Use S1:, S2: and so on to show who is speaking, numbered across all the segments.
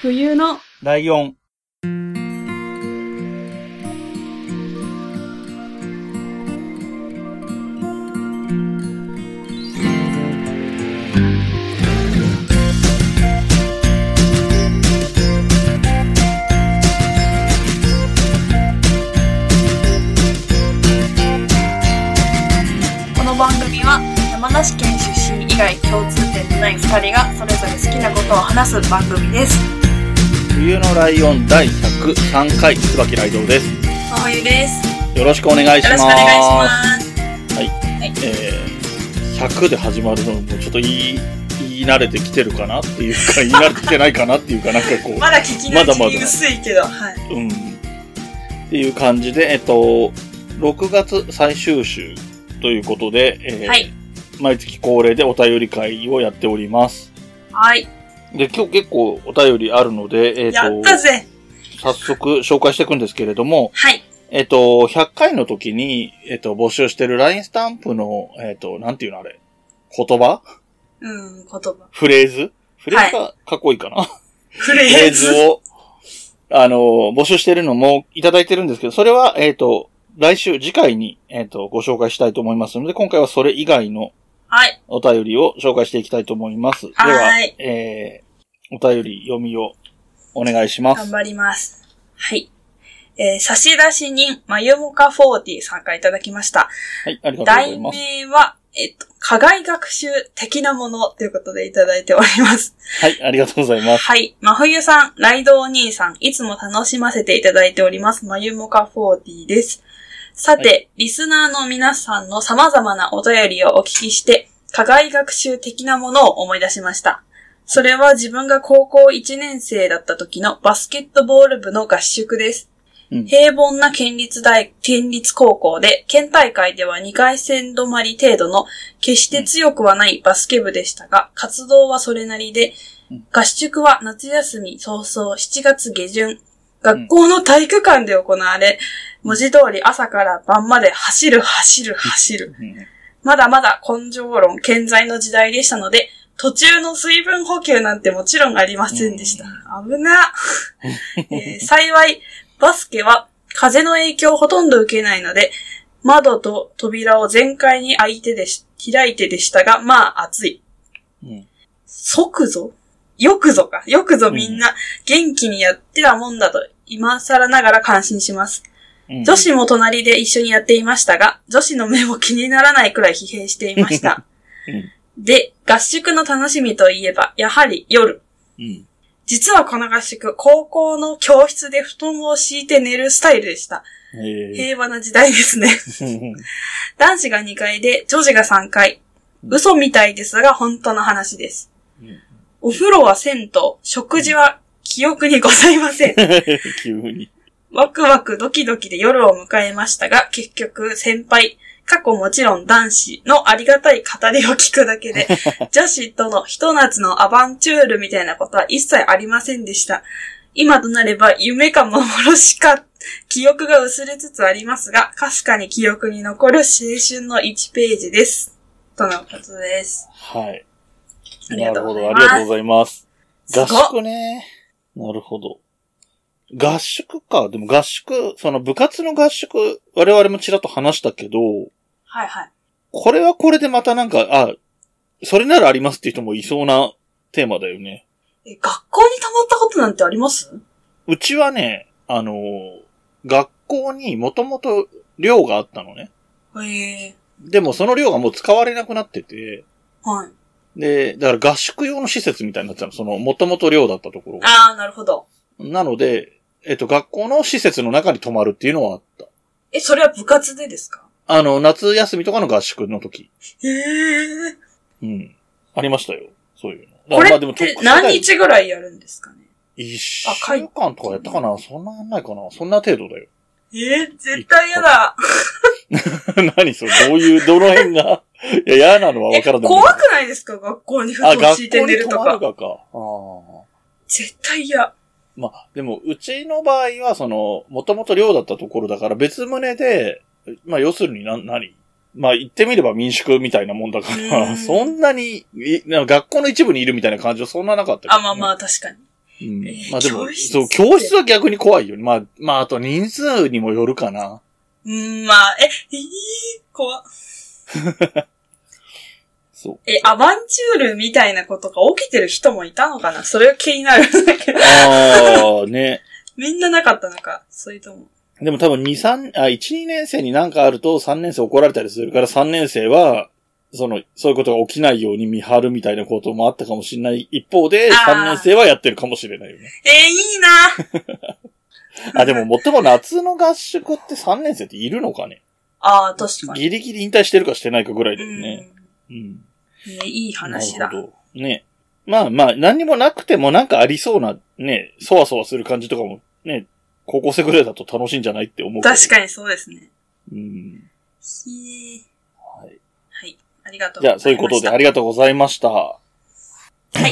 S1: 冬の
S2: ライオン。
S1: この番組は山梨県出身以外共通点のない2人がそれぞれ好きなことを話す番組です。
S2: 冬のライオン第103回、椿ライドウです。
S1: まほゆです。
S2: よろしくお願いします。
S1: よろしくお願いします。
S2: はい。
S1: はい、
S2: 100で始まるのもちょっと言い慣れてきてるかなっていうか、言い慣れてきてないかなっていうか、なんかこう。
S1: まだ聞きなじみ薄いけど、はい。
S2: うん。っていう感じで、6月最終週ということで、
S1: はい。
S2: 毎月恒例でお便り会をやっております。
S1: はい。
S2: で、今日結構お便りあるので、
S1: やったぜ。
S2: 早速紹介していくんですけれども、
S1: はい。
S2: 100回の時に、募集してる LINE スタンプの、なんていうのあれ、言葉フレーズがかっこいいかな、はい、
S1: フレーズ
S2: を、募集してるのもいただいてるんですけど、それは、次回に、ご紹介したいと思いますので、今回はそれ以外の、
S1: はい。
S2: お便りを紹介していきたいと思います。
S1: はい。
S2: では、お便り読みをお願いします。
S1: 頑張ります。はい。差出人、まゆもか40さんからいただきました。
S2: はい、ありがとうございます。
S1: 題名は、課外学習的なものということでいただいております。
S2: はい、ありがとうございます。
S1: はい。まふゆさん、ライドお兄さん、いつも楽しませていただいております。まゆもか40です。さて、はい、リスナーの皆さんの様々なお便りをお聞きして、課外学習的なものを思い出しました。それは自分が高校1年生だった時のバスケットボール部の合宿です。うん、平凡な県立高校で、県大会では2回戦止まり程度の決して強くはないバスケ部でしたが、活動はそれなりで、合宿は夏休み早々7月下旬、学校の体育館で行われ、文字通り朝から晩まで走る。まだまだ根性論健在の時代でしたので、途中の水分補給なんてもちろんありませんでした。危な。幸い、バスケは風の影響をほとんど受けないので、窓と扉を全開に開いてでしたが、まあ暑い。よくぞみんな元気にやってたもんだと今更ながら感心します。女子も隣で一緒にやっていましたが、女子の目も気にならないくらい疲弊していました。で、合宿の楽しみといえば、やはり夜。実はこの合宿、高校の教室で布団を敷いて寝るスタイルでした。平和な時代ですね。男子が2階で、女子が3階。嘘みたいですが、本当の話です。お風呂は銭湯、食事は記憶にございません。
S2: 急に。
S1: ワクワクドキドキで夜を迎えましたが、結局先輩、過去もちろん男子のありがたい語りを聞くだけで、女子とのひと夏のアバンチュールみたいなことは一切ありませんでした。今となれば夢か幻か、記憶が薄れつつありますが、かすかに記憶に残る青春の1ページです。とのことです。
S2: はい。
S1: ありがとうございます。
S2: なるほど、ありがとうございます。合宿ね。なるほど。合宿か。でも合宿、その部活の合宿、我々もちらっと話したけど、
S1: はいはい。
S2: これはこれでまたなんか、それならありますっていう人もいそうなテーマだよね。
S1: 学校に溜まったことなんてあります？
S2: うちはね、学校にもともと寮があったのね。でもその寮がもう使われなくなってて、
S1: はい。
S2: で、だから合宿用の施設みたいになってたの。その、もともと寮だったところが。
S1: ああ、なるほど。
S2: なので、学校の施設の中に泊まるっていうのはあった。
S1: それは部活でですか？
S2: 夏休みとかの合宿の時。
S1: うん。
S2: ありましたよ。そういう
S1: の。これって何日ぐらいやるんですかね
S2: ？1週間とかやったかな？そんなやんないかな？そんな程度だよ。
S1: 絶対嫌だ。
S2: 何それ？どの辺がいや、嫌なのは分からない。
S1: 怖くないですか？学校に布団敷いて寝るとか。
S2: 学校に泊まるか。
S1: 絶対嫌。
S2: まあ、でも、うちの場合は、もともと寮だったところだから、別棟で、まあ、要するにまあ、言ってみれば民宿みたいなもんだから、そんなに、学校の一部にいるみたいな感じはそんななかったけど、ね。
S1: まあ、確かに。
S2: うん。まあでも、そう、教室は逆に怖いよね。まああと人数にもよるかな。
S1: まあ、怖っ。
S2: そう。
S1: アバンチュールみたいなことが起きてる人もいたのかな？それが気になるんだけど。
S2: ああ、ね。
S1: みんななかったのか、そういうとも。
S2: でも多分1、2年生になんかあると3年生怒られたりするから3年生は、そういうことが起きないように見張るみたいなこともあったかもしれない一方で、3年生はやってるかもしれないよね。
S1: いい
S2: なでも、最も夏の合宿って3年生っているのかね？
S1: 確かに。
S2: ギリギリ引退してるかしてないかぐらいだよね。
S1: いい話だ。
S2: なるほど。ね。まあ、何にもなくてもなんかありそうな、ね、そわそわする感じとかも、ね、高校生ぐらいだと楽しいんじゃないって思う。
S1: 確かにそうですね。
S2: はい。
S1: ありがとうございました。
S2: じゃあ、そういうことでありがとうございました。はい。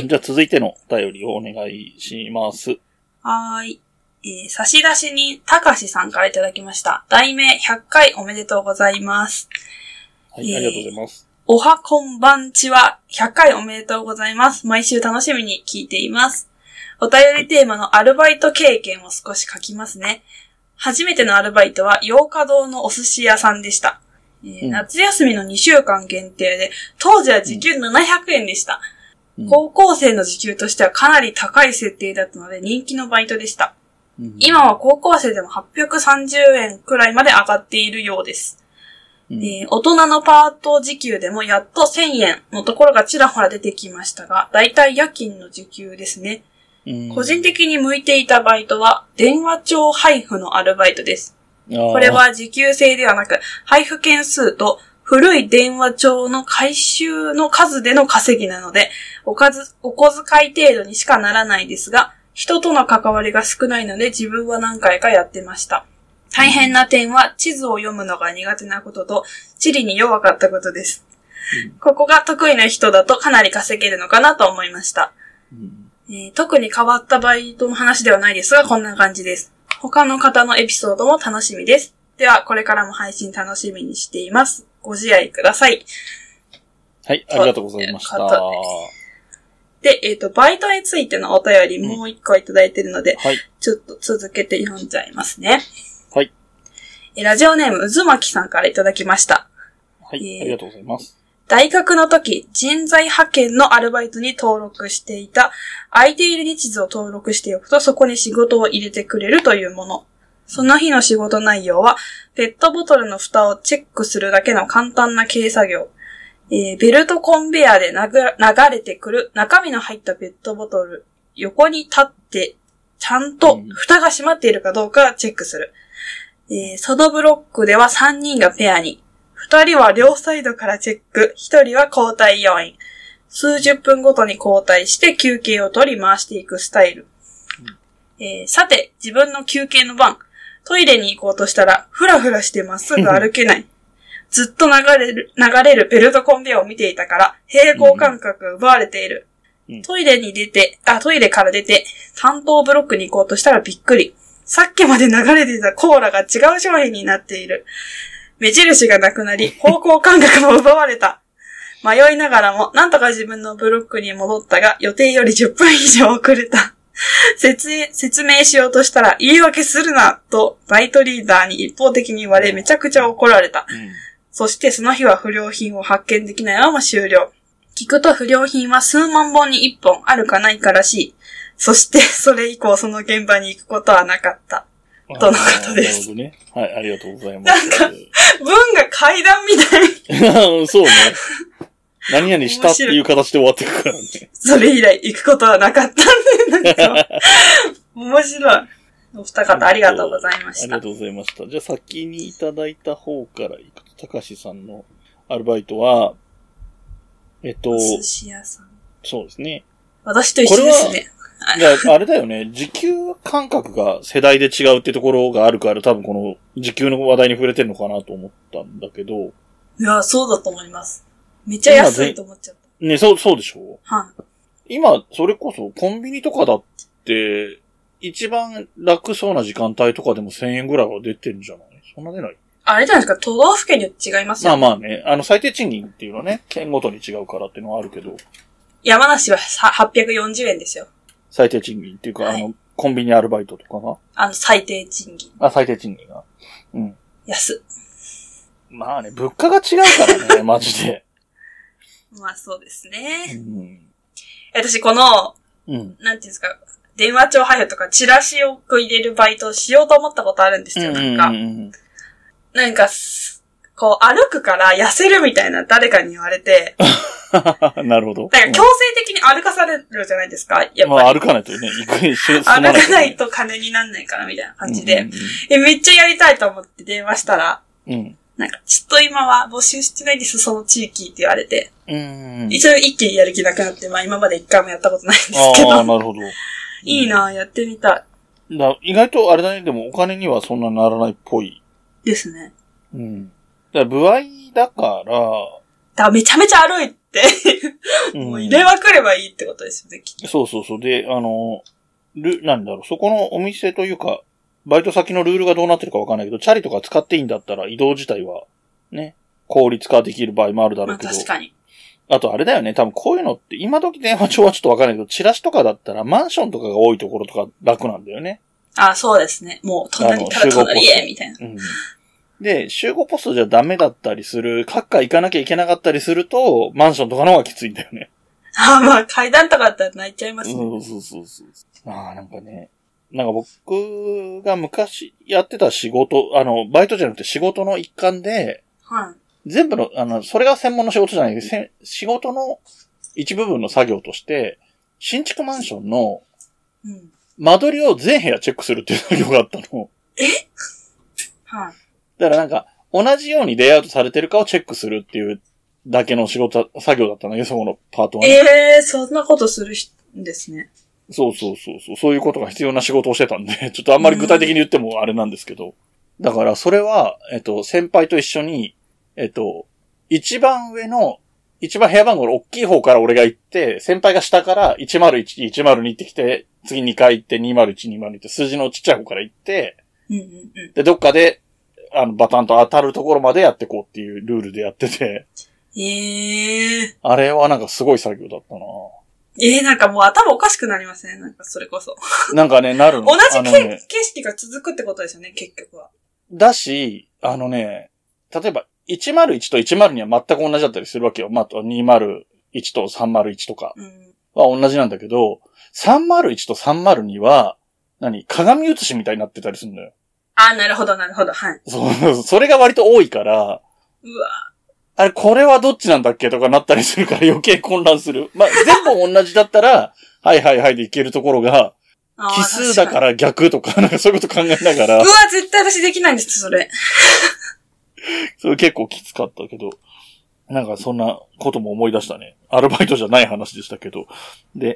S2: じゃあ、続いてのお便りをお願いします。
S1: はい。差出人、たかしさんからいただきました。題名100回おめでとうございます。
S2: はい、ありがとうございます。
S1: おはこんばんちは。100回おめでとうございます。毎週楽しみに聞いています。お便りテーマのアルバイト経験を少し書きますね。初めてのアルバイトは洋華堂のお寿司屋さんでした。夏休みの2週間限定で、当時は時給700円でした。高校生の時給としてはかなり高い設定だったので人気のバイトでした。今は高校生でも830円くらいまで上がっているようです。大人のパート時給でもやっと1000円のところがちらほら出てきましたが、だいたい夜勤の時給ですね。個人的に向いていたバイトは電話帳配布のアルバイトです。これは時給制ではなく、配布件数と古い電話帳の回収の数での稼ぎなので、お小遣い程度にしかならないですが、人との関わりが少ないので自分は何回かやってました。大変な点は地図を読むのが苦手なことと地理に弱かったことです。ここが得意な人だとかなり稼げるのかなと思いました。特に変わったバイトの話ではないですが、こんな感じです。他の方のエピソードも楽しみです。では、これからも配信楽しみにしています。ご自愛ください。
S2: はい、ありがとうございました。
S1: で、バイトについてのお便りもう一個いただいているので、ちょっと続けて読んじゃいますね。
S2: はい。
S1: ラジオネーム、渦巻さんからいただきました。
S2: はい、ありがとうございます。
S1: 大学の時、人材派遣のアルバイトに登録していた、空いている日時を登録しておくと、そこに仕事を入れてくれるというもの。その日の仕事内容は、ペットボトルの蓋をチェックするだけの簡単な軽作業。ベルトコンベヤーで流れてくる中身の入ったペットボトル、横に立って、ちゃんと蓋が閉まっているかどうかチェックする。そのブロックでは3人がペアに。2人は両サイドからチェック、1人は交代要員。数十分ごとに交代して休憩を取り回していくスタイル。さて、自分の休憩の番。トイレに行こうとしたら、ふらふらしてまっすぐ歩けない。ずっと流れるベルトコンベヤを見ていたから、平行感覚が奪われている。トイレから出て、担当ブロックに行こうとしたらびっくり。さっきまで流れていたコーラが違う商品になっている。目印がなくなり、方向感覚も奪われた。迷いながらも、なんとか自分のブロックに戻ったが、予定より10分以上遅れた。説明しようとしたら、言い訳するな、と、バイトリーダーに一方的に言われ、めちゃくちゃ怒られた。そしてその日は不良品を発見できないまま終了。聞くと不良品は数万本に1本あるかないからしい。そしてそれ以降その現場に行くことはなかった。とのことです。
S2: なるほどね。はい、ありがとうございます。
S1: なんか、文が階段みたい。
S2: そうね。何々したっていう形で終わっていくからね。
S1: それ以来行くことはなかったんで、なんか、面白い。お二方ありがとうございました。
S2: ありがとうございました。じゃあ先にいただいた方からいくと、高橋さんのアルバイトは、
S1: お寿司屋さん。
S2: そうですね。
S1: 私と一緒ですね。
S2: あれだよね。時給感覚が世代で違うってところがあるから、多分この時給の話題に触れてるのかなと思ったんだけど。
S1: いや、そうだと思います。めっちゃ安いと思っちゃった。
S2: ね、そうでしょ？
S1: はい。
S2: 今、それこそコンビニとかだって、一番楽そうな時間帯とかでも1000円ぐらいは出てるんじゃない？そんな出ない？
S1: あれじゃないですか、都道府県によって違いますよね。
S2: まあね、最低賃金っていうのはね、県ごとに違うからっていうのはあるけど。
S1: 山梨は840円ですよ。
S2: 最低賃金っていうか、
S1: はい、
S2: コンビニアルバイトとかが
S1: 最低賃金。
S2: 最低賃金が。うん。
S1: 安。
S2: まあね、物価が違うからね、マジで。
S1: まあそうですね。
S2: うん、
S1: 私この、なんていうんですか、電話帳配布とかチラシを入れるバイトをしようと思ったことあるんですよ、なんか、こう歩くから痩せるみたいな誰かに言われて。
S2: なるほど。
S1: だから強制的に歩かされるじゃないですか、やっぱり。
S2: まあ歩かないとね、歩
S1: かないと金になんないからみたいな感じで。めっちゃやりたいと思って電話したら、なんか、ちょっと今は募集してないです、その地域って言われて。一応一気にやる気なくなって、まあ今まで一回もやったことないんですけど。
S2: なるほど。
S1: いいな、やってみたい。
S2: 意外とあれだね、でもお金にはそんなならないっぽい。
S1: ですね。
S2: だから歩合だから。
S1: めちゃめちゃ歩いて、もう入れまくればいいってことですよね、きっと。
S2: そうそうそう。で、なんだろう、そこのお店というか、バイト先のルールがどうなってるかわかんないけど、チャリとか使っていいんだったら移動自体は、ね、効率化できる場合もあるだろうけど。
S1: まあ確かに。
S2: あとあれだよね、多分こういうのって、今時電話帳はちょっとわかんないけど、チラシとかだったらマンションとかが多いところとか楽なんだよね。
S1: そうですね。もう隣へ、みたいな。
S2: で、集合ポストじゃダメだったりする、各界行かなきゃいけなかったりすると、マンションとかの方がきついんだよね。
S1: まあ階段とかだったら泣いちゃいますね。
S2: そう。なんかね、なんか僕が昔やってた仕事、バイトじゃなくて仕事の一環で、全部の、それが専門の仕事じゃないけど、仕事の一部分の作業として、新築マンションの、間取りを全部屋チェックするっていう作業があったの。だからなんか、同じようにレイアウトされてるかをチェックするっていうだけの作業だったんだけど、そこのパートは、
S1: ね。そんなことするんですね。
S2: そう。そういうことが必要な仕事をしてたんで、ちょっとあんまり具体的に言ってもあれなんですけど。だからそれは、先輩と一緒に、一番上の、一番部屋番号の大きい方から俺が行って、先輩が下から101、102ってきて、次2回行って201、202って数字のちっちゃい方から行って、で、どっかで、バタンと当たるところまでやってこうっていうルールでやってて。あれはなんかすごい作業だったな。
S1: なんかもう頭おかしくなりますね。なんかそれこそ。
S2: なんかね、なるの。
S1: 同じ景色が続くってことですよね、結局は。
S2: だし、例えば、101と102は全く同じだったりするわけよ。まあ、201と301とかは同じなんだけど、301と302は、鏡写しみたいになってたりするんだよ。
S1: なるほど。はい。
S2: それが割と多いから、
S1: うわ。
S2: あれ、これはどっちなんだっけとかなったりするから余計混乱する。まあ、全部同じだったら、はいでいけるところが、奇数だから逆とか、なんかそういうこと考えながら。
S1: うわ、絶対私できないんです、それ。
S2: それ結構きつかったけど、なんかそんなことも思い出したね。アルバイトじゃない話でしたけど。で、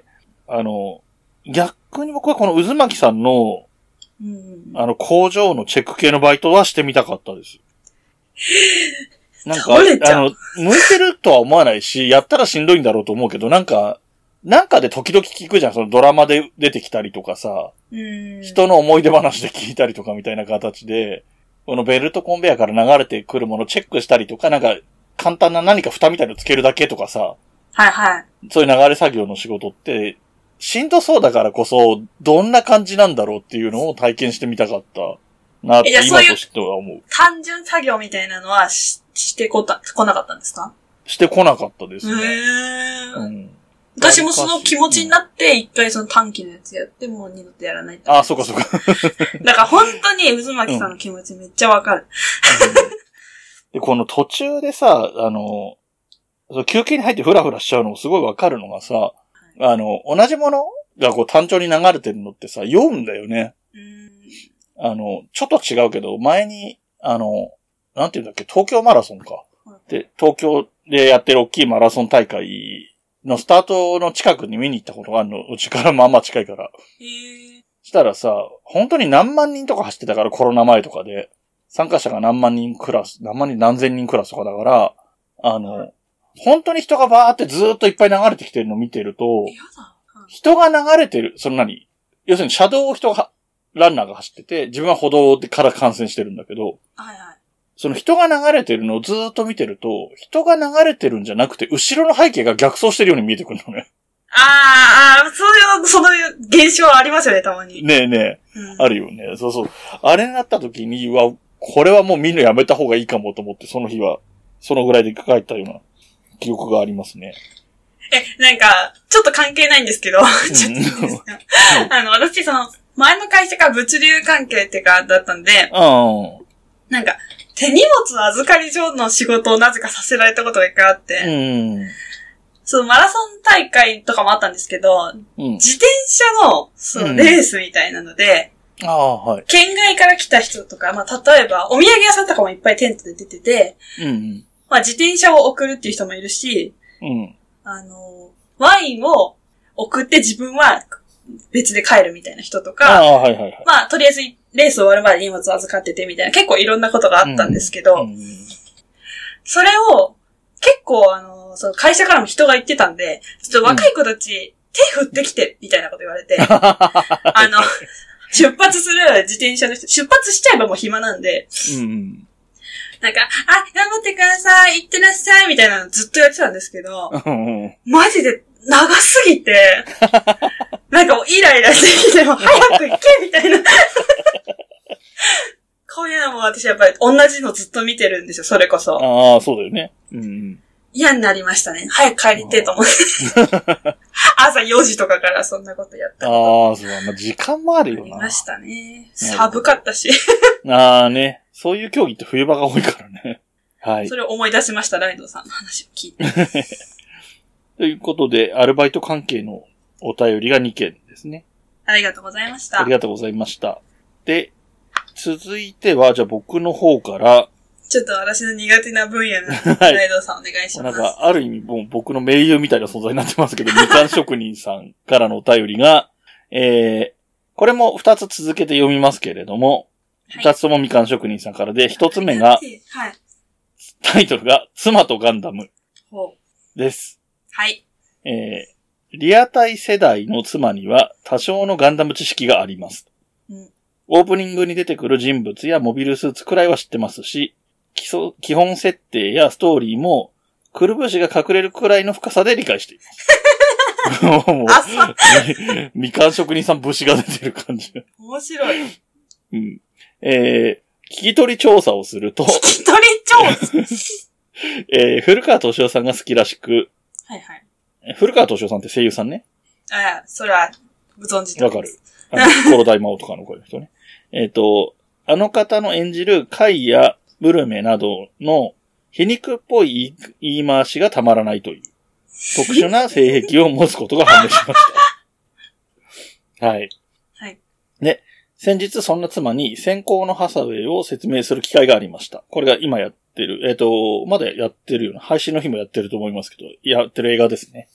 S2: 逆に僕はこの渦巻さんの、工場のチェック系のバイトはしてみたかったです。なんか、向いてるとは思わないし、やったらしんどいんだろうと思うけど、なんかで時々聞くじゃん、そのドラマで出てきたりとかさ、人の思い出話で聞いたりとかみたいな形で、このベルトコンベヤから流れてくるものをチェックしたりとか、なんか、簡単な何か蓋みたいのつけるだけとかさ、そういう流れ作業の仕事って、しんどそうだからこそ、どんな感じなんだろうっていうのを体験してみたかったなって今としては思う。
S1: 単純作業みたいなのはしてこなかったんですか？
S2: してこなかったですね。
S1: 私もその気持ちになって、一回その短期のやつやって、もう二度とやらない。
S2: そうか。
S1: だから本当に渦巻さんの気持ちめっちゃわかる。
S2: で、この途中でさ、休憩に入ってフラフラしちゃうのもすごいわかるのがさ、同じものがこう単調に流れてるのってさ、酔うんだよね。ちょっと違うけど、前に、なんていうんだっけ、東京マラソンか。で、東京でやってる大きいマラソン大会のスタートの近くに見に行ったことがあるの。うちからまあまあ近いから。したらさ、本当に何万人とか走ってたからコロナ前とかで、参加者が何万人クラス、何千人クラスとかだから、本当に人がバーってずーっといっぱい流れてきてるのを見てると、人が流れてる、要するに車道をランナーが走ってて、自分は歩道でから観戦してるんだけど、その人が流れてるのをずーっと見てると、人が流れてるんじゃなくて、後ろの背景が逆走してるように見えてくるのね。
S1: そういう現象ありますよね、たまに。
S2: ねえねえ、うん、あるよね。そうそう。あれになった時には、これはもう見るのやめた方がいいかもと思って、その日は、そのぐらいで帰ったような記憶がありますね。
S1: なんか、ちょっと関係ないんですけど、ちょっといいですか私、前の会社が物流関係っていうか、だったんで、なんか、手荷物預かり所の仕事をなぜかさせられたことが一回あって、マラソン大会とかもあったんですけど、自転車の、レースみたいなので、
S2: はい、
S1: 県外から来た人とか、例えば、お土産屋さんとかもいっぱいテントで出てて、自転車を送るっていう人もいるし、ワインを送って自分は別で帰るみたいな人とか、とりあえずレース終わるまで荷物預かっててみたいな、結構いろんなことがあったんですけど、それを結構会社からも人が言ってたんで、ちょっと若い子たち、手振ってきてみたいなこと言われて、出発する自転車の人、出発しちゃえばもう暇なんで、なんか、頑張ってください、行ってらっしゃい、みたいなのずっとやってたんですけど、マジで長すぎて、なんかイライラしてきても早く行けみたいな。こういうのも私やっぱり同じのずっと見てるんですよ、それこそ。
S2: そうだよね。
S1: 嫌になりましたね。早く帰りてえと思って。朝4時とかからそんなことやった。
S2: そうだ。時間もあるよな。あ
S1: りましたね。寒かったし。
S2: ね。そういう競技って冬場が多いからね。はい。
S1: それを思い出しました、ライドさんの話を聞いて。
S2: ということで、アルバイト関係のお便りが2件ですね。
S1: ありがとうございました。
S2: ありがとうございました。で、続いては、じゃあ僕の方から、
S1: ちょっと私の苦手な分野のライドさんお願いします。
S2: なんか、ある意味もう僕の盟友みたいな存在になってますけど、みかん職人さんからのお便りが、これも2つ続けて読みますけれども、2つともみかん職人さんからで、1つ目が、タイトルが、妻とガンダムです。
S1: はい。
S2: リアタイ世代の妻には多少のガンダム知識があります。オープニングに出てくる人物やモビルスーツくらいは知ってますし、基本設定やストーリーも、くるぶしが隠れるくらいの深さで理解しています。もうみかん職人さん節が出てる感じ。
S1: 面白い。
S2: 聞き取り調査をすると、
S1: 聞き取り調査
S2: 古川敏夫さんが好きらしく、
S1: はいはい。
S2: 古川敏夫さんって声優さんね。
S1: それは、ご存知で
S2: わかる。コロ大魔王とかの声の人ね。あの方の演じる貝やブルメなどの皮肉っぽい言い回しがたまらないという特殊な性癖を持つことが判明しました。はい。
S1: はい。
S2: で、先日そんな妻に先行のハサウェイを説明する機会がありました。これが今やってる、まだやってるような、配信の日もやってると思いますけど、やってる映画ですね。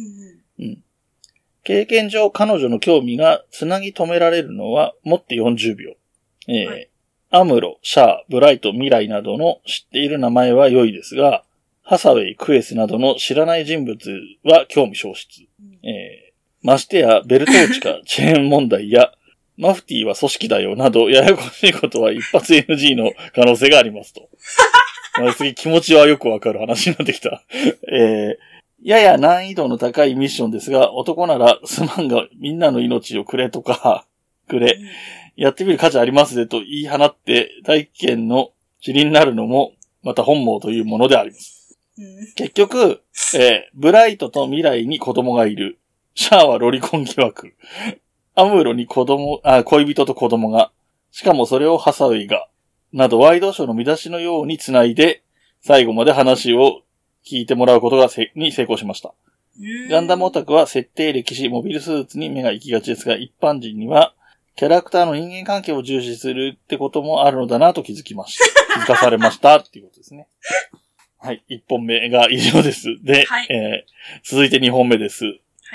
S2: 経験上彼女の興味がつなぎ止められるのはもって40秒。アムロ、シャア、ブライト、ミライなどの知っている名前は良いですが、ハサウェイ、クエスなどの知らない人物は興味消失。ましてや、ベルトーチカ、チェーン問題や、マフティーは組織だよなど、ややこしいことは一発 NG の可能性がありますと。次気持ちはよくわかる話になってきた。やや難易度の高いミッションですが、男ならすまんがみんなの命をくれとか、やってみる価値ありますねと言い放って大気圏の塵になるのもまた本望というものであります。結局、ブライトと未来に子供がいる。シャアはロリコン疑惑。アムロに恋人と子供が。しかもそれをハサウェイが。などワイドショーの見出しのようにつないで、最後まで話を聞いてもらうことに成功しました。ガンダムオタクは設定、歴史、モビルスーツに目が行きがちですが、一般人にはキャラクターの人間関係を重視するってこともあるのだなと気づかされましたっていうことですね。はい。1本目が以上です。で、
S1: はい、
S2: 続いて2本目です。
S1: はい。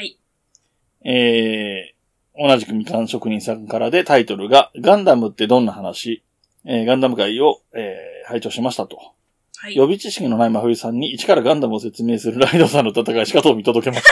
S2: 同じくみかん職人さんからでタイトルがガンダムってどんな話、ガンダム会を、拝聴しましたと。はい、予備知識のない真冬さんに一からガンダムを説明するライドさんの戦いしかと見届けました。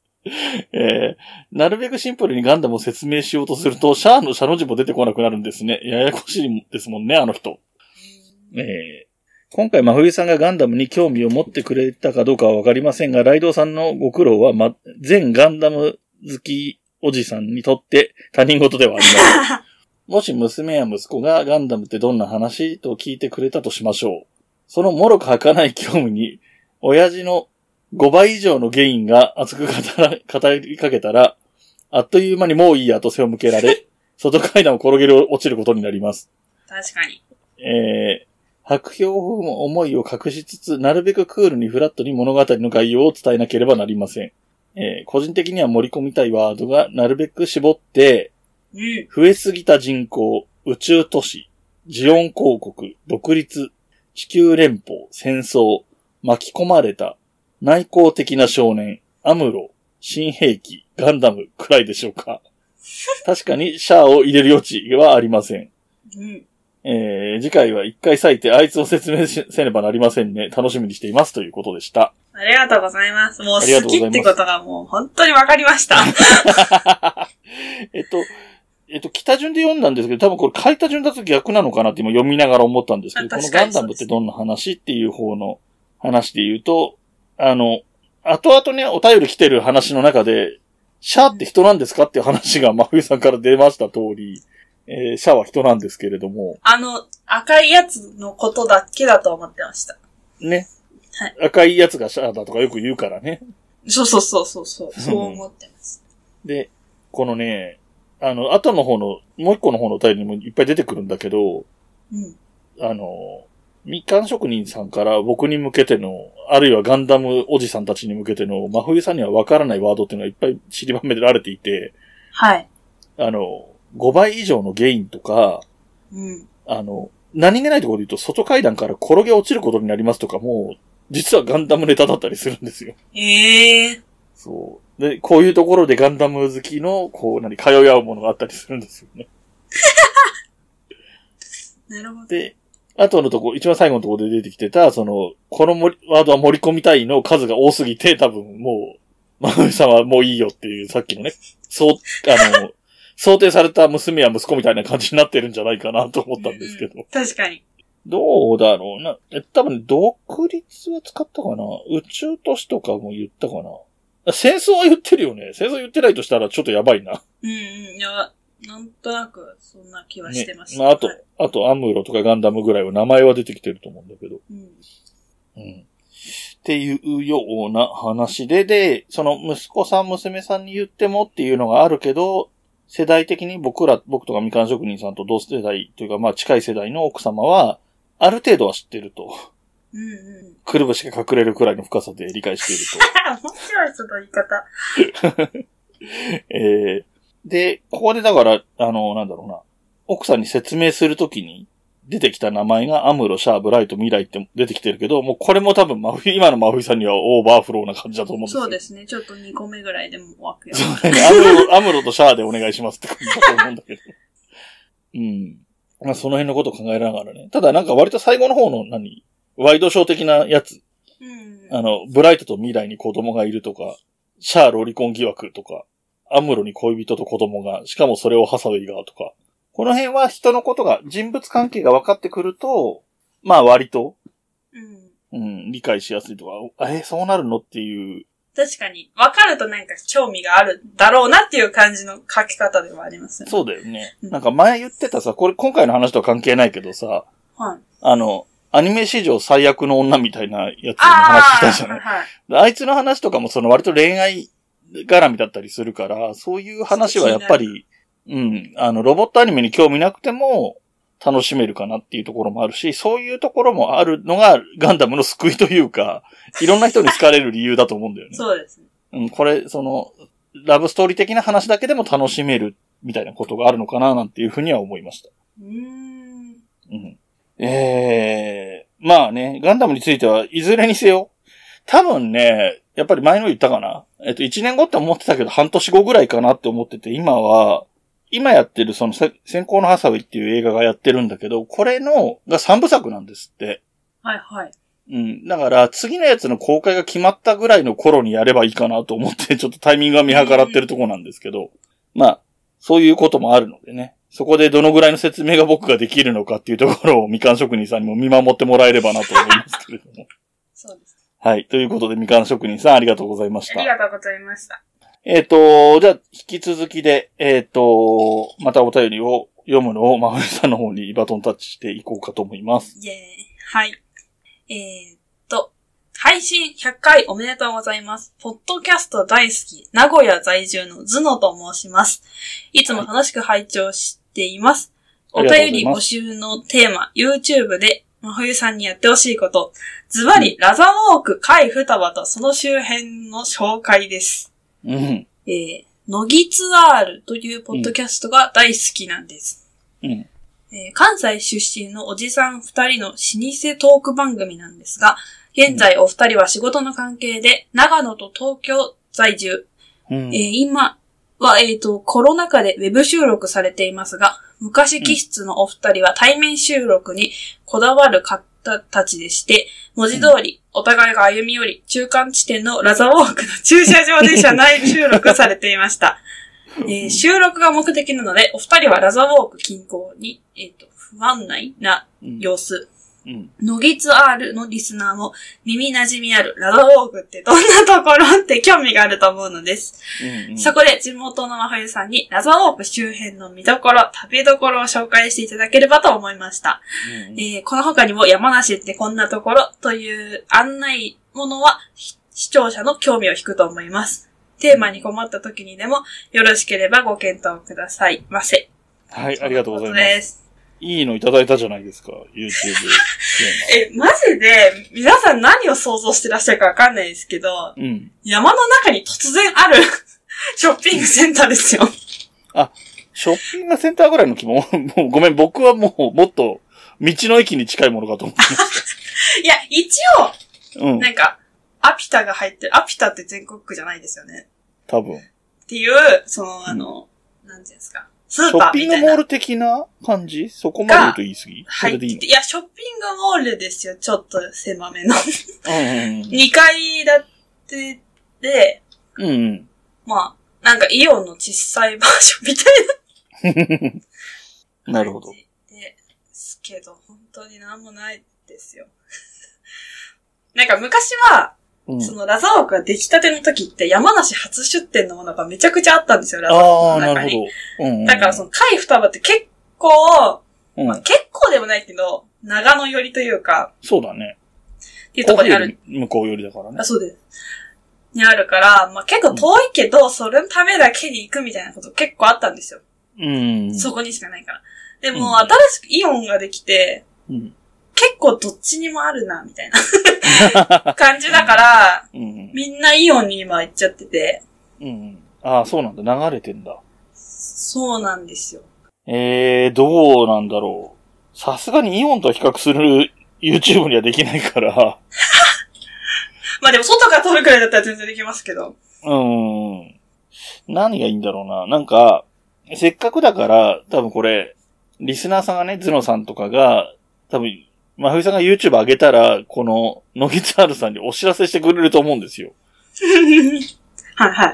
S2: なるべくシンプルにガンダムを説明しようとすると、シャアの字も出てこなくなるんですね。ややこしいですもんね、あの人。 今回、真冬さんがガンダムに興味を持ってくれたかどうかはわかりませんが、ライドウさんのご苦労は、全ガンダム好きおじさんにとって他人事ではありません。もし娘や息子がガンダムってどんな話と聞いてくれたとしましょう。その脆く儚い興味に、親父の5倍以上のゲインが熱く語りかけたら、あっという間にもういいやと背を向けられ、外階段を転げ落ちることになります。
S1: 確かに。
S2: 白氷風も思いを隠しつつ、なるべくクールにフラットに物語の概要を伝えなければなりません。個人的には盛り込みたいワードがなるべく絞って、増えすぎた人口、宇宙都市、ジオン公国、独立、地球連邦、戦争、巻き込まれた、内向的な少年、アムロ、新兵器、ガンダムくらいでしょうか。確かにシャアを入れる余地はありません。次回は一回割いてあいつを説明せねばなりませんね。楽しみにしていますということでした。
S1: ありがとうございます。もう好きってことがもう本当にわかりました。
S2: 北順で読んだんですけど、多分これ書いた順だと逆なのかなって今読みながら思ったんですけど、このガンダムってどんな話っていう方の話で言うと、後々ね、お便り来てる話の中で、シャアって人なんですかっていう話が真冬さんから出ました通り、シャアは人なんですけれども。
S1: 赤いやつのことだけだと思ってました。
S2: ね。
S1: はい。
S2: 赤いやつがシャアだとかよく言うからね。
S1: そう。そう思ってます。
S2: で、このね、後の方の、もう一個の方のお便りにもいっぱい出てくるんだけど、みかん職人さんから僕に向けての、あるいはガンダムおじさんたちに向けての、真冬さんにはわからないワードっていうのがいっぱい散りばめられていて、
S1: はい。
S2: 5倍以上のゲインとか、何気ないところで言うと、外階段から転げ落ちることになりますとかも、実はガンダムネタだったりするんですよ。そう。で、こういうところでガンダム好きの、通い合うものがあったりするんですよね。
S1: なるほど。
S2: で、後のとこ、一番最後のところで出てきてた、このワードは盛り込みたいの数が多すぎて、多分もう、真冬さんはもういいよっていう、さっきのね、想定された娘や息子みたいな感じになってるんじゃないかなと思ったんですけど。
S1: 確かに。
S2: どうだろうな。多分、独立は使ったかな。宇宙都市とかも言ったかな。戦争は言ってるよね。戦争言ってないとしたらちょっとやばいな。
S1: いや、なんとなく、そんな気はしてました。
S2: ね、あと、アムロとかガンダムぐらいは名前は出てきてると思うんだけど。っていうような話で、その息子さん、娘さんに言ってもっていうのがあるけど、世代的に僕とかみかん職人さんと同世代というか、近い世代の奥様は、ある程度は知ってると。くるぶしが隠れるくらいの深さで理解している
S1: と。面白いその言い
S2: 方。で、ここでだから、なんだろうな。奥さんに説明するときに出てきた名前がアムロ、シャア、ブライト、ミライって出てきてるけど、もうこれも多分今の真冬さんにはオーバーフローな感じだと思うんですよ。
S1: そうですね。ちょっと2個目ぐらいでも湧くよ。
S2: そうね。アムロとシャアでお願いしますって感じだと思うんだけど。その辺のことを考えながらね。ただなんか割と最後の方のワイドショー的なやつ。ブライトとミライに子供がいるとか、シャアロリコン疑惑とか、アムロに恋人と子供が、しかもそれをハサウェイがとか。この辺は人のことが、人物関係が分かってくると、割と、理解しやすいとか、そうなるのっていう。
S1: 確かに。分かるとなんか興味があるだろうなっていう感じの書き方ではありますね。
S2: そうだよね。なんか前言ってたさ、これ今回の話とは関係ないけどさ、アニメ史上最悪の女みたいなやつの話したじゃない。あいつの話とかも割と恋愛絡みだったりするから、そういう話はやっぱり、ロボットアニメに興味なくても楽しめるかなっていうところもあるし、そういうところもあるのがガンダムの救いというか、いろんな人に好かれる理由だと思うんだよね。
S1: そうですね。
S2: これ、ラブストーリー的な話だけでも楽しめるみたいなことがあるのかななんていうふうには思いました。まあね、ガンダムについてはいずれにせよ、多分ね、やっぱり前の言ったかな。1年後って思ってたけど半年後ぐらいかなって思ってて、今やってる先行のハサウェイっていう映画がやってるんだけど、これが3部作なんですって。
S1: はいはい。
S2: だから次のやつの公開が決まったぐらいの頃にやればいいかなと思って、ちょっとタイミングが見計らってるところなんですけど、そういうこともあるのでね。 そこでどのぐらいの説明が僕ができるのかっていうところをみかん職人さんにも見守ってもらえればなと思いますけれども。
S1: そうです。
S2: はい。ということで、みかん職人さんありがとうございました。
S1: ありがとうございました。
S2: じゃあ、引き続きで、またお便りを読むのを、まふるさんの方にバトンタッチしていこうかと思います。
S1: イェーイ。はい。配信100回おめでとうございます。ポッドキャスト大好き、名古屋在住のズノと申します。いつも楽しく拝聴しています。はい、お便り募集のテーマ、YouTube で、真冬さんにやってほしいこと、ズバリ、ラザウォーク、海双葉とその周辺の紹介です。
S2: うん。
S1: 乃木ツアールというポッドキャストが大好きなんです。
S2: うん。
S1: 関西出身のおじさん2人の老舗トーク番組なんですが、現在お二人は仕事の関係で長野と東京在住。
S2: うん、
S1: 今は、コロナ禍でウェブ収録されていますが、昔気質のお二人は対面収録にこだわる方たちでして、文字通りお互いが歩み寄り、中間地点のラザウォークの駐車場で車内収録されていました。収録が目的なので、お二人はラザウォーク近郊に、不安内な様子。乃木ツアールのリスナーも耳馴染みあるラザウォークってどんなところって興味があると思うのです。そこで地元の真冬さんにラザウォーク周辺の見どころ、食べどころを紹介していただければと思いました。この他にも山梨ってこんなところという案内ものは視聴者の興味を引くと思います。テーマに困った時にでもよろしければご検討くださいませ。
S2: はい、ありがとうございます。いいのいただいたじゃないですか、YouTube。
S1: マジで、皆さん何を想像してらっしゃるかわかんないですけど、山の中に突然あるショッピングセンターですよ。
S2: あ、ショッピングセンターぐらいの規模もうごめん、僕はもっと道の駅に近いものかと思ってました。
S1: いや、一応、なんか、アピタが入ってる。アピタって全国区じゃないですよね。
S2: 多分。
S1: っていう、なんていうんですか。スーパーみたいな。ショッピング
S2: モール的な感じ？そこまで言うと言い過ぎ？
S1: はい。いや、ショッピングモールですよ。ちょっと狭めの。2階建てで、まあ、なんかイオンの小さいバージョンみたいな。
S2: なるほど。
S1: ですけど、本当になんもないですよ。なんか昔は、そのラザワークが出来たての時って山梨初出店のものがめちゃくちゃあったんですよ、ラザワークの中に。なるほど。だからその海双葉って結構、まあ、結構でもないけど、長野寄りというか。
S2: そうだね。
S1: っていうところにある。
S2: 向こう寄りだからね。
S1: あ、そうです。にあるから、まあ結構遠いけど、それのためだけに行くみたいなこと結構あったんですよ。そこにしかないから。でも、新しくイオンができて、結構どっちにもあるな、みたいな感じだから、みんなイオンに今行っちゃってて。
S2: ああ、そうなんだ。流れてんだ。
S1: そうなんですよ。
S2: どうなんだろう。さすがにイオンと比較する YouTube にはできないから。
S1: まあでも外から撮るくらいだったら全然できますけど。
S2: 何がいいんだろうな。なんか、せっかくだから、多分これ、リスナーさんがね、ズノさんとかが、多分、まふいさんが YouTube 上げたら、この、乃木ツアールさんにお知らせしてくれると思うんですよ。
S1: はいはい。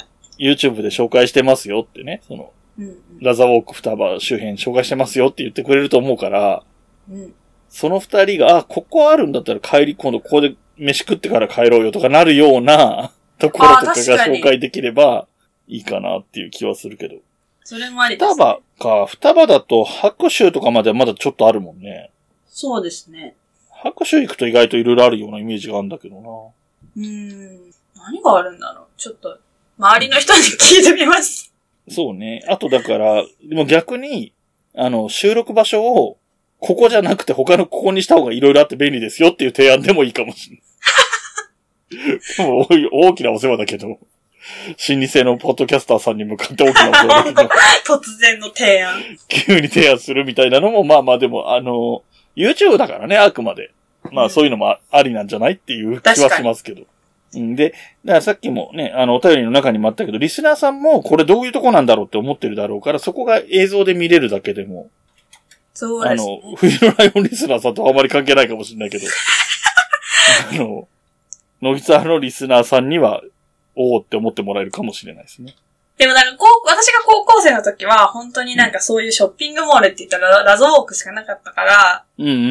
S2: YouTube で紹介してますよってね、その、ラザウォーク双葉周辺紹介してますよって言ってくれると思うから、その二人が、ここあるんだったら今度ここで飯食ってから帰ろうよとかなるようなところとかが紹介できればいいかなっていう気はするけど。
S1: それもありですね。
S2: 双葉だと白州とかまではまだちょっとあるもんね。
S1: そうですね。
S2: 白州行くと意外といろいろあるようなイメージがあるんだけどな。
S1: 何があるんだろう。ちょっと、周りの人に聞いてみます。
S2: そうね。あとだから、でも逆に、収録場所を、ここじゃなくて他のここにした方がいろいろあって便利ですよっていう提案でもいいかもしれない。でも大きなお世話だけど、老舗のポッドキャスターさんに向かって大きなお世話だけど。
S1: 突然の提案。
S2: 急に提案するみたいなのも、まあまあでも、YouTube だからね、あくまで。まあそういうのもありなんじゃないっていう気はしますけど。で、だからさっきもね、お便りの中にもあったけど、リスナーさんもこれどういうとこなんだろうって思ってるだろうから、そこが映像で見れるだけでも。
S1: そうですね。
S2: 冬のライオンリスナーさんとはあまり関係ないかもしれないけど。乃木ツアールのリスナーさんには、おーって思ってもらえるかもしれないですね。
S1: でもなんか私が高校生の時は、本当になんかそういうショッピングモールって言ったらラゾウォークしかなかったから、
S2: うんうんうん。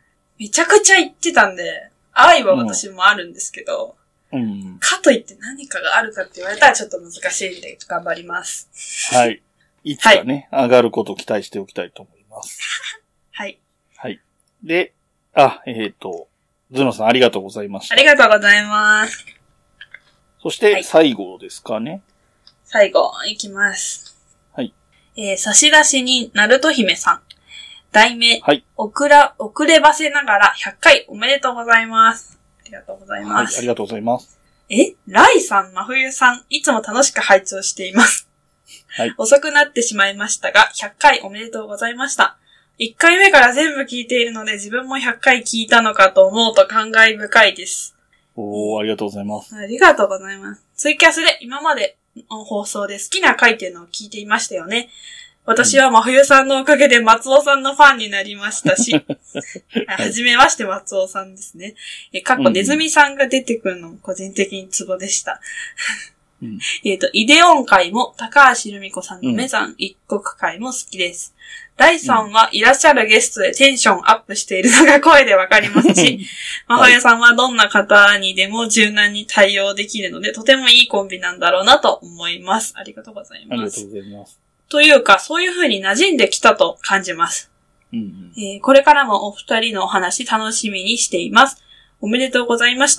S1: めちゃくちゃ行ってたんで、愛は私もあるんですけど、
S2: うん。
S1: かといって何かがあるかって言われたらちょっと難しいんで頑張ります。
S2: はい。いつかね、上がることを期待しておきたいと思います。
S1: はい。
S2: はい。で、ズノさんありがとうございました。
S1: ありがとうございます。
S2: そして、最後ですかね。
S1: 最後、いきます。
S2: はい。
S1: 差出人、ナルト姫さん。題名、
S2: はい。
S1: 遅ればせながら100回おめでとうございます。ありがとうございます。
S2: はい、ありがとうございます。
S1: ライさん、真冬さん、いつも楽しく拝聴しています。
S2: はい。
S1: 遅くなってしまいましたが、100回おめでとうございました。1回目から全部聞いているので、自分も100回聞いたのかと思うと感慨深いです。
S2: ありがとうございます。
S1: ありがとうございます。ツイキャスで今までの放送で好きな回っていうのを聞いていましたよね。私は真冬さんのおかげで松尾さんのファンになりましたし、はじめまして松尾さんですね。ネズミさんが出てくるのも個人的にツボでした。イデオン会も高橋留美子さんのメザン一国会も好きです。ライさんはいらっしゃるゲストでテンションアップしているのが声でわかりますし、真冬さんはどんな方にでも柔軟に対応できるので、とてもいいコンビなんだろうなと思います。ありがとうございます。
S2: ありがとうございます。
S1: というか、そういう風に馴染んできたと感じます。これからもお二人のお話楽しみにしています。おめでとうございました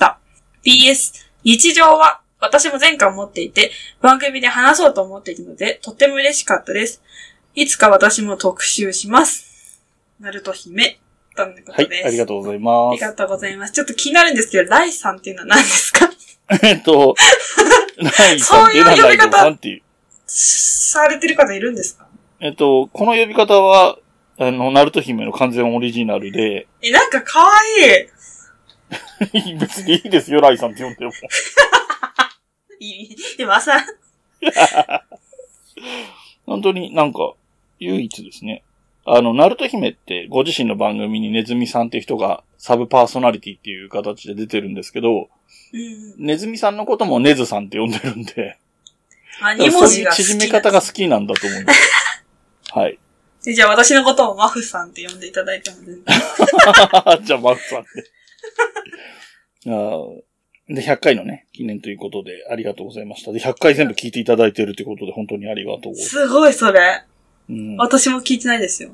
S1: 。PS、日常は私も前回持っていて、番組で話そうと思っているので、とっても嬉しかったです。いつか私も特集します。ナルト姫。ということです。
S2: はい、ありがとうございます。
S1: ありがとうございます。ちょっと気になるんですけど、ライさんっていうのは何ですか？
S2: ライさんっていうのはライドさんっていう。
S1: されてる方いるんですか？
S2: この呼び方は、ナルト姫の完全オリジナルで。
S1: なんか可愛
S2: い。別にいいですよ、ライさんって呼んでも。
S1: でも朝。
S2: 本当になんか、唯一ですね。ナルト姫ってご自身の番組にネズミさんっていう人がサブパーソナリティっていう形で出てるんですけど、ネズミさんのこともネズさんって呼んでるんで、
S1: 2文字が好き。
S2: 縮め方が好きなんだと思います。はい。
S1: じゃあ私のことをマフさんって呼んでいただいても全然。
S2: じゃあマフさんで。100回のね、記念ということでありがとうございました。で、100回全部聞いていただいているということで本当にありがとうございます。
S1: すごいそれ。私も聞いてないですよ。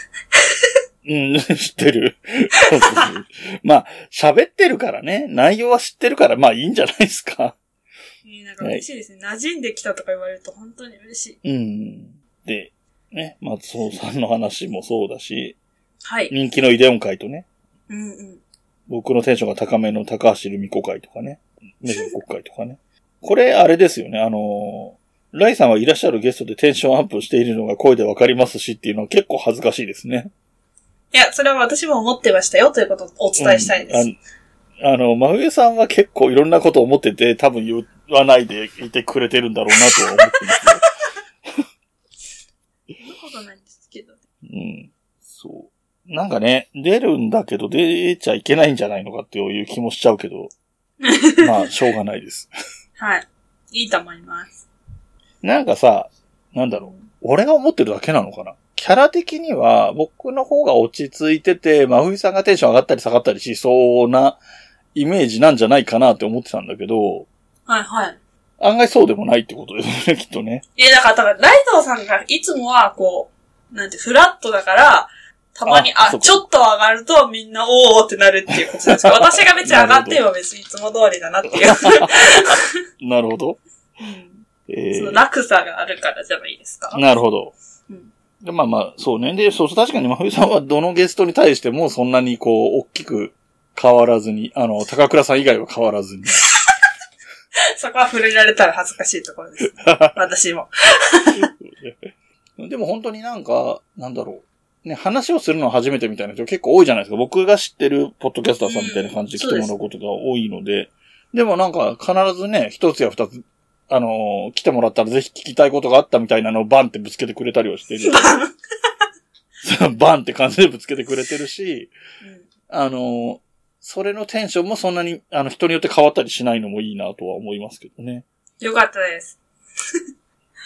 S2: 知ってる。まあ、喋ってるからね。内容は知ってるから、まあいいんじゃないですか。
S1: なんか嬉しいですね。馴染んできたとか言われると本当に嬉しい。
S2: で、ね、松尾さんの話もそうだし、
S1: はい。
S2: 人気のイデオン会とね、
S1: うん
S2: 僕のテンションが高めの高橋留美子会とかね、メジャー国会とかね。これ、あれですよね、ライさんはいらっしゃるゲストでテンションアップしているのが声でわかりますしっていうのは結構恥ずかしいですね。
S1: いや、それは私も思ってましたよということをお伝えしたいです。
S2: 真上さんは結構いろんなことを思ってて多分言わないでいてくれてるんだろうなとは思ってますよ。
S1: そんなことないんですけど。
S2: そう。なんかね、出るんだけど出ちゃいけないんじゃないのかっていう気もしちゃうけど、まあ、しょうがないです。
S1: はい。いいと思います。
S2: なんかさ、なんだろう。俺が思ってるだけなのかな。キャラ的には僕の方が落ち着いてて、真冬さんがテンション上がったり下がったりしそうなイメージなんじゃないかなって思ってたんだけど、
S1: はいはい。
S2: 案外そうでもないってことですね、きっとね。
S1: だから、ライドウさんがいつもはこう、フラットだから、たまに、ちょっと上がるとみんなおーってなるっていうことですか。私が別に上がっても別にいつも通りだなっていう。
S2: なるほど。
S1: その落差があるからじゃないですか。
S2: なるほど。でまあ、そうね。で、確かに真冬さんはどのゲストに対してもそんなにこう、大きく変わらずに、高倉さん以外は変わらずに。
S1: そこは触れられたら恥ずかしいところです、ね。私も。
S2: でも本当になんか、なんだろう。ね、話をするのは初めてみたいな人結構多いじゃないですか。僕が知ってるポッドキャスターさんみたいな感じで来てもらうことが多いので。でもなんか必ずね、一つや二つ、来てもらったらぜひ聞きたいことがあったみたいなのをバンってぶつけてくれたりはしてる。バンって感じでぶつけてくれてるし、それのテンションもそんなに、人によって変わったりしないのもいいなとは思いますけどね。
S1: よかったです。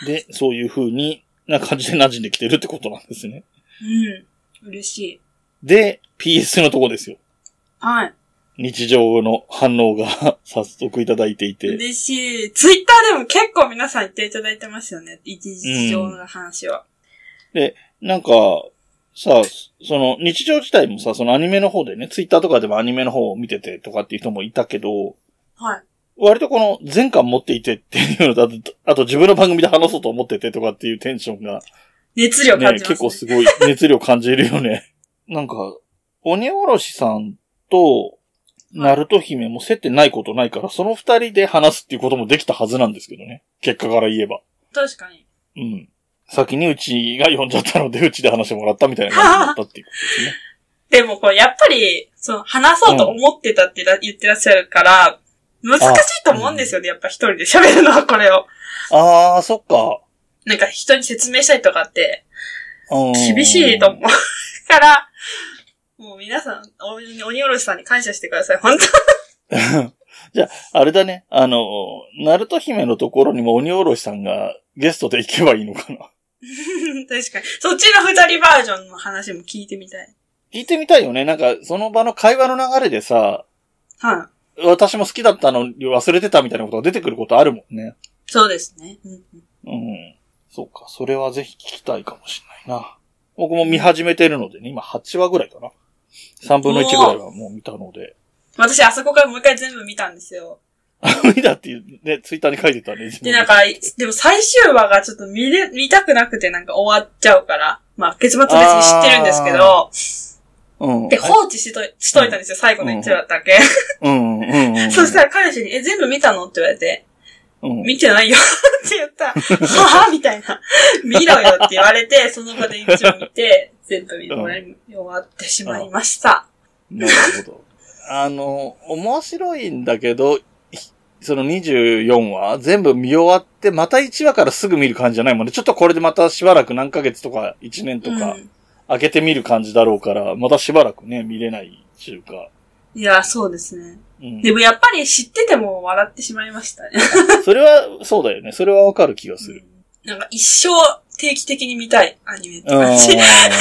S2: で、そういう風な感じで馴染んできてるってことなんですね。
S1: うん。嬉しい。
S2: で、PS のとこですよ。
S1: はい。
S2: 日常の反応が早速いただいていて。
S1: 嬉しい。ツイッターでも結構皆さん言っていただいてますよね。日常の話は。
S2: で、なんか、さ、その日常自体もさ、そのアニメの方でね、ツイッターとかでもアニメの方を見ててとかっていう人もいたけど、
S1: はい。
S2: 割とこの全巻持っていてっていうのと、あと自分の番組で話そうと思っててとかっていうテンションが、
S1: 熱量感じますね。
S2: 結構すごい熱量感じるよね。なんか、鬼おろしさんと、ナルト姫も接点ないことないから、その二人で話すっていうこともできたはずなんですけどね。結果から言えば。
S1: 確かに。
S2: うん。先にうちが呼んじゃったので、うちで話してもらったみたいな感じだったっていうことですね。
S1: でもこれやっぱり、話そうと思ってたって言ってらっしゃるから、難しいと思うんですよね。やっぱ一人で喋るのはこれを。
S2: あー、そっか。
S1: なんか人に説明したりとかって、厳しいと思うから、もう皆さん、鬼おろしさんに感謝してください、本当
S2: じゃあ、あれだね。ナルト姫のところにも鬼おろしさんがゲストで行けばいいのかな。
S1: 確かに。そっちの二人バージョンの話も聞いてみたい。
S2: 聞いてみたいよね。なんか、その場の会話の流れでさ、
S1: はい。
S2: 私も好きだったのに忘れてたみたいなことが出てくることあるもんね。
S1: そうですね。
S2: うん。そうか。それはぜひ聞きたいかもしれないな。僕も見始めてるのでね、今8話ぐらいかな。3分の1ぐらいはもう見たので。
S1: 私、あそこからもう一回全部見たんですよ。
S2: 見たっていうね、ツイッターに書いてたね。
S1: で、なんか、でも最終話がちょっと見たくなくてなんか終わっちゃうから、まあ結末別に知ってるんですけど、で、放置しといたんですよ、最後の1話だけ。そしたら彼氏に、全部見たのって言われて、見てないよって言ったら、はぁみたいな。見ろよって言われて、その場で一応見て、全部終わってしまいました。
S2: なるほど。面白いんだけど、その24話全部見終わって、また1話からすぐ見る感じじゃないもんね。ちょっとこれでまたしばらく何ヶ月とか1年とか、開けてみる感じだろうから、またしばらくね、見れないっていうか。
S1: いや、そうですね。でもやっぱり知ってても笑ってしまいましたね。
S2: それは、そうだよね。それはわかる気がする。
S1: なんか一生定期的に見たいアニメって感じ。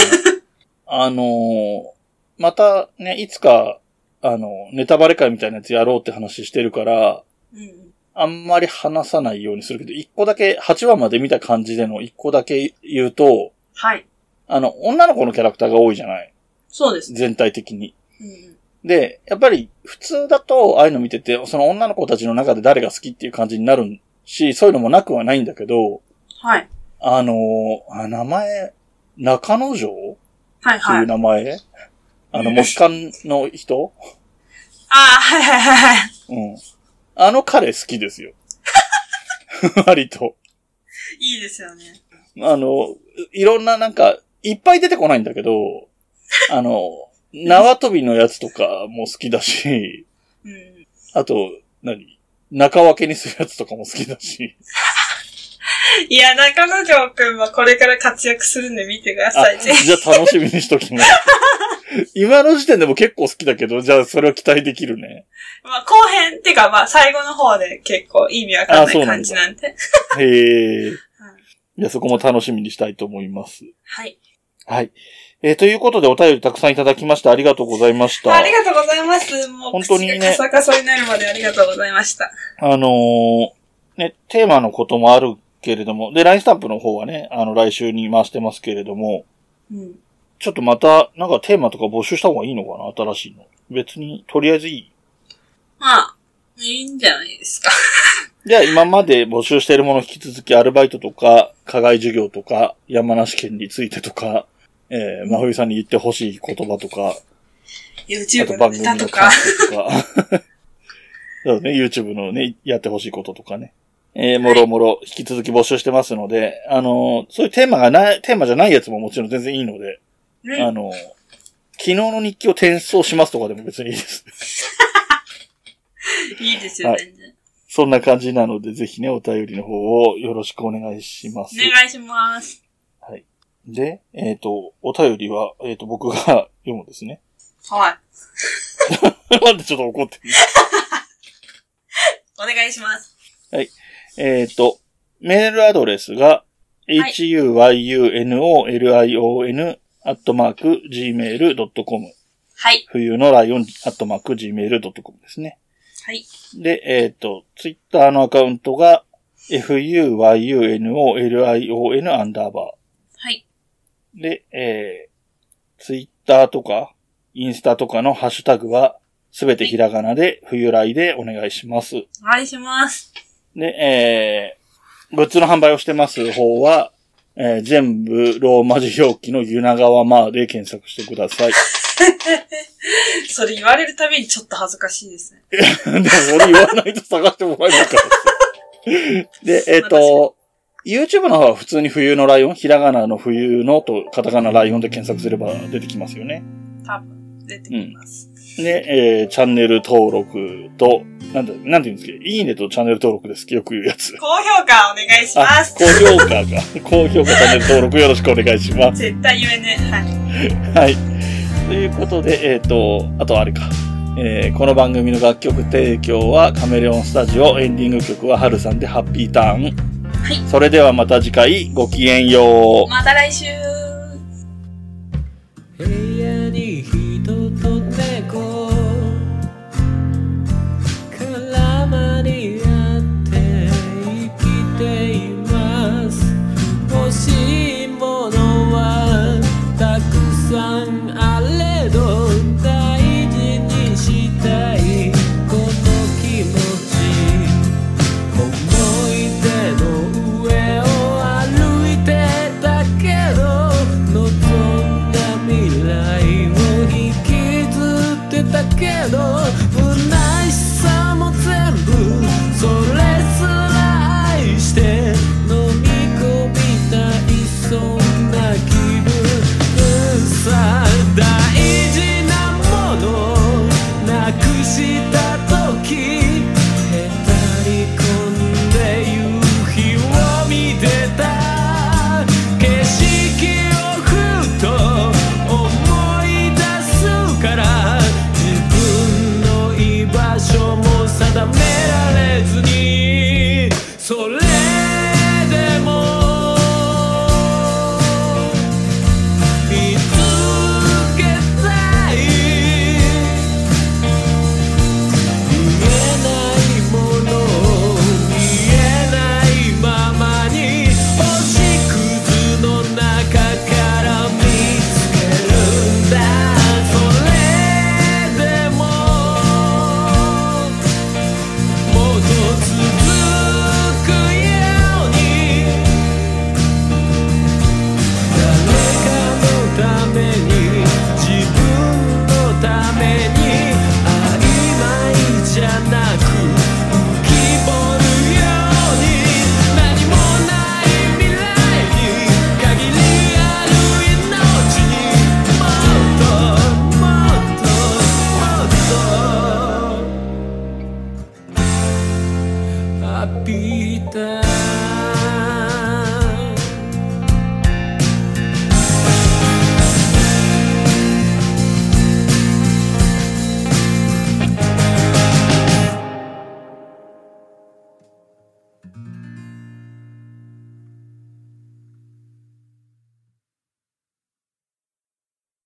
S2: またね、いつか、ネタバレ会みたいなやつやろうって話してるから、あんまり話さないようにするけど、一個だけ、8話まで見た感じでの一個だけ言うと、
S1: はい。
S2: 女の子のキャラクターが多いじゃない？
S1: そうです。
S2: 全体的に。で、やっぱり普通だと、ああいうの見てて、その女の子たちの中で誰が好きっていう感じになるし、そういうのもなくはないんだけど、
S1: はい。
S2: 名前、中之条
S1: はいはい。
S2: っていう名前モヒカンの人
S1: はいはいはいはい。
S2: 彼好きですよ。割と。
S1: いいですよね。
S2: いろんななんか、いっぱい出てこないんだけど、縄跳びのやつとかも好きだし、あと、中分けにするやつとかも好きだし。
S1: いや、中之条くんはこれから活躍するんで見てください。
S2: じゃあ楽しみにしときます。今の時点でも結構好きだけど、じゃあそれは期待できるね。
S1: まあ後編ってかまあ最後の方で結構意味わかんない感じなんで。
S2: へえ。じゃあそこも楽しみにしたいと思います。
S1: はい。
S2: はい。ということでお便りたくさんいただきましてありがとうございました。
S1: ありがとうございます。もう本当にね。カサカサになるまでありがとうございました。
S2: ね、テーマのこともあるけれども、で、LINE スタンプの方はね、来週に回してますけれども、ちょっとまた、なんかテーマとか募集した方がいいのかな、新しいの。別に、とりあえずいい？
S1: まあ、いいんじゃないですか。
S2: じゃあ今まで募集しているもの引き続きアルバイトとか、課外授業とか、山梨県についてとか、真冬さんに言ってほしい言葉とか、
S1: YouTube のネタとか。
S2: そうね、YouTube のね、やってほしいこととかね。もろもろ引き続き募集してますので、そういうテーマじゃないやつももちろん全然いいので、昨日の日記を転送しますとかでも別にいいです。
S1: いいですよ、
S2: はい、
S1: 全然。
S2: そんな感じなので、ぜひね、お便りの方をよろしくお願いします。
S1: お願いします。
S2: はい。で、お便りは、僕が読むんですね。
S1: はい。
S2: なんでちょっと怒ってる
S1: お願いします。
S2: はい。 メールアドレスが、
S1: い
S2: huyunolion@gmail.com。
S1: はい。
S2: 冬のライオン@gmail.com ですね。
S1: はい。
S2: で、ツイッターのアカウントが、fuyunolion_。
S1: はい。
S2: で、ツイッターとか、インスタとかのハッシュタグは、すべてひらがなで、冬来でお願いします。
S1: お願いします。
S2: で、グッズの販売をしてます方は、全部ローマ字表記のユナガワマーで検索してください。
S1: それ言われるたびにちょっと恥ずかしいですね。
S2: でもそれ言わないと探してもらえないから。で、YouTube の方は普通に冬のライオン、ひらがなの冬のとカタカナライオンで検索すれば出てきますよね。
S1: 多分出てきます。
S2: で、チャンネル登録と、なんて言うんですか、いいねとチャンネル登録です。よく言うやつ。
S1: 高評価お願いします。
S2: 高評価か。高評価、チャンネル登録よろしくお願いします。
S1: 絶対言えね。
S2: はい。はい。ということで、あとあれか。この番組の楽曲提供はカメレオンスタジオ、エンディング曲はハルさんでハッピーターン。
S1: はい。
S2: それではまた次回ごきげんよう。
S1: また来週。
S3: 部屋に人と猫絡まり合って生きています。欲しいものはたくさんあれど大事にしたいこの気持ち、思い出の上を歩いてたけど望んだ未来を引きずってたけど不悔しさも全部それすら愛して飲み込みたいそんな気分さ、大事なものなくした時へたり込んで夕日を見てた景色をふと思い出すから自分の居場所も定められずにそれでも見つけたい見えないもの見えないままに星屑の中から見つけるんだ。それでももっと続くように誰かのために自分のために曖昧じゃなく浮き彫るように何もない未来に限りある命にもっともっともっとハッピーターン